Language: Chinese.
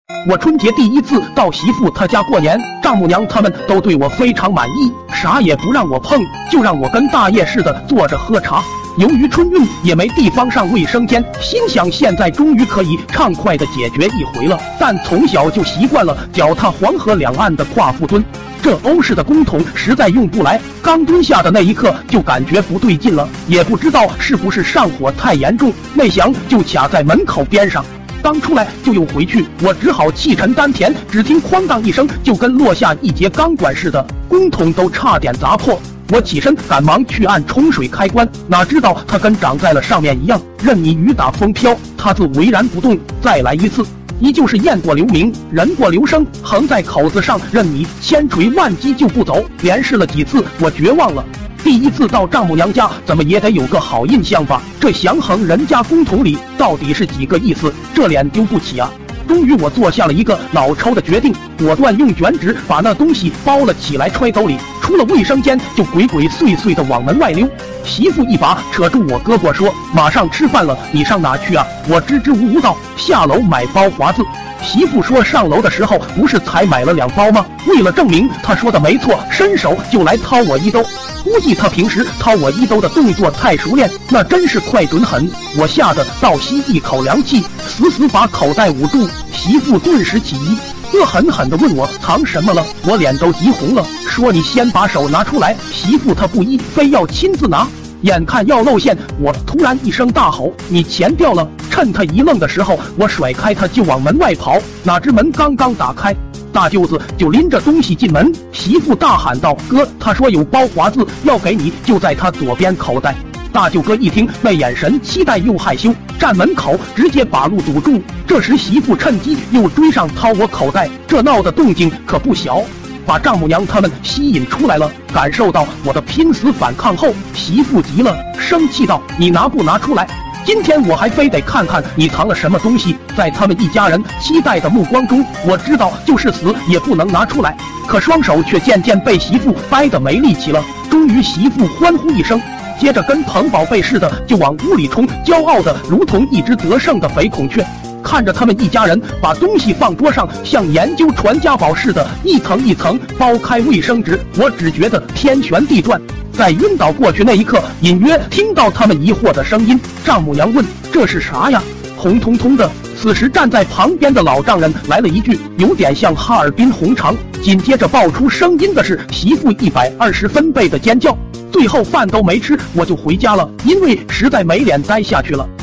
我春节第一次到媳妇她家过年，丈母娘他们都对我非常满意，啥也不让我碰，就让我跟大爷似的坐着喝茶。由于春运也没地方上卫生间，心想现在终于可以畅快地解决一回了。但从小就习惯了脚踏黄河两岸的跨腹蹲，这欧式的公桶实在用不来。刚蹲下的那一刻就感觉不对劲了，也不知道是不是上火太严重，没想就卡在门口边上。刚出来就又回去，我只好气沉丹田，只听哐当一声，就跟落下一节钢管似的，公桶都差点砸破。我起身赶忙去按冲水开关，哪知道它跟长在了上面一样，任你雨打风飘，它自巍然不动。再来一次，依旧是雁过留名，人过留声，横在口子上，任你千锤万击就不走。连试了几次，我绝望了。第一次到丈母娘家，怎么也得有个好印象吧？这祥衡人家公桶里到底是几个意思？这脸丢不起啊！终于我做下了一个脑抽的决定，果断用卷纸把那东西包了起来，揣兜里，出了卫生间就鬼鬼祟祟的往门外溜。媳妇一把扯住我胳膊说：“马上吃饭了，你上哪去啊？”我支支吾吾道：“下楼买包华子。”媳妇说上楼的时候不是才买了2包吗？为了证明她说的没错，伸手就来掏我衣兜。估计她平时掏我衣兜的动作太熟练，那真是快准狠。我吓得倒吸一口凉气，死死把口袋捂住。媳妇顿时起疑，恶狠狠地问我藏什么了。我脸都急红了，说你先把手拿出来。媳妇她不依，非要亲自拿。眼看要露馅，我突然一声大吼：“你钱掉了！”趁他一愣的时候，我甩开他就往门外跑。哪知门刚刚打开，大舅子就拎着东西进门。媳妇大喊道：“哥，他说有包华子要给你，就在他左边口袋。”大舅哥一听，那眼神期待又害羞，站门口直接把路堵住。这时媳妇趁机又追上掏我口袋，这闹的动静可不小，把丈母娘他们吸引出来了。感受到我的拼死反抗后，媳妇急了，生气道：“你拿不拿出来？今天我还非得看看你藏了什么东西。”在他们一家人期待的目光中，我知道就是死也不能拿出来，可双手却渐渐被媳妇掰得没力气了。终于媳妇欢呼一声，接着跟捧宝贝似的就往屋里冲，骄傲的如同一只得胜的肥孔雀。看着他们一家人把东西放桌上，像研究传家宝似的，一层一层剥开卫生纸，我只觉得天旋地转。在晕倒过去那一刻，隐约听到他们疑惑的声音。丈母娘问：“这是啥呀？”红彤彤的。此时站在旁边的老丈人来了一句，有点像哈尔滨红肠。紧接着爆出声音的是媳妇120分贝的尖叫。最后饭都没吃，我就回家了，因为实在没脸待下去了。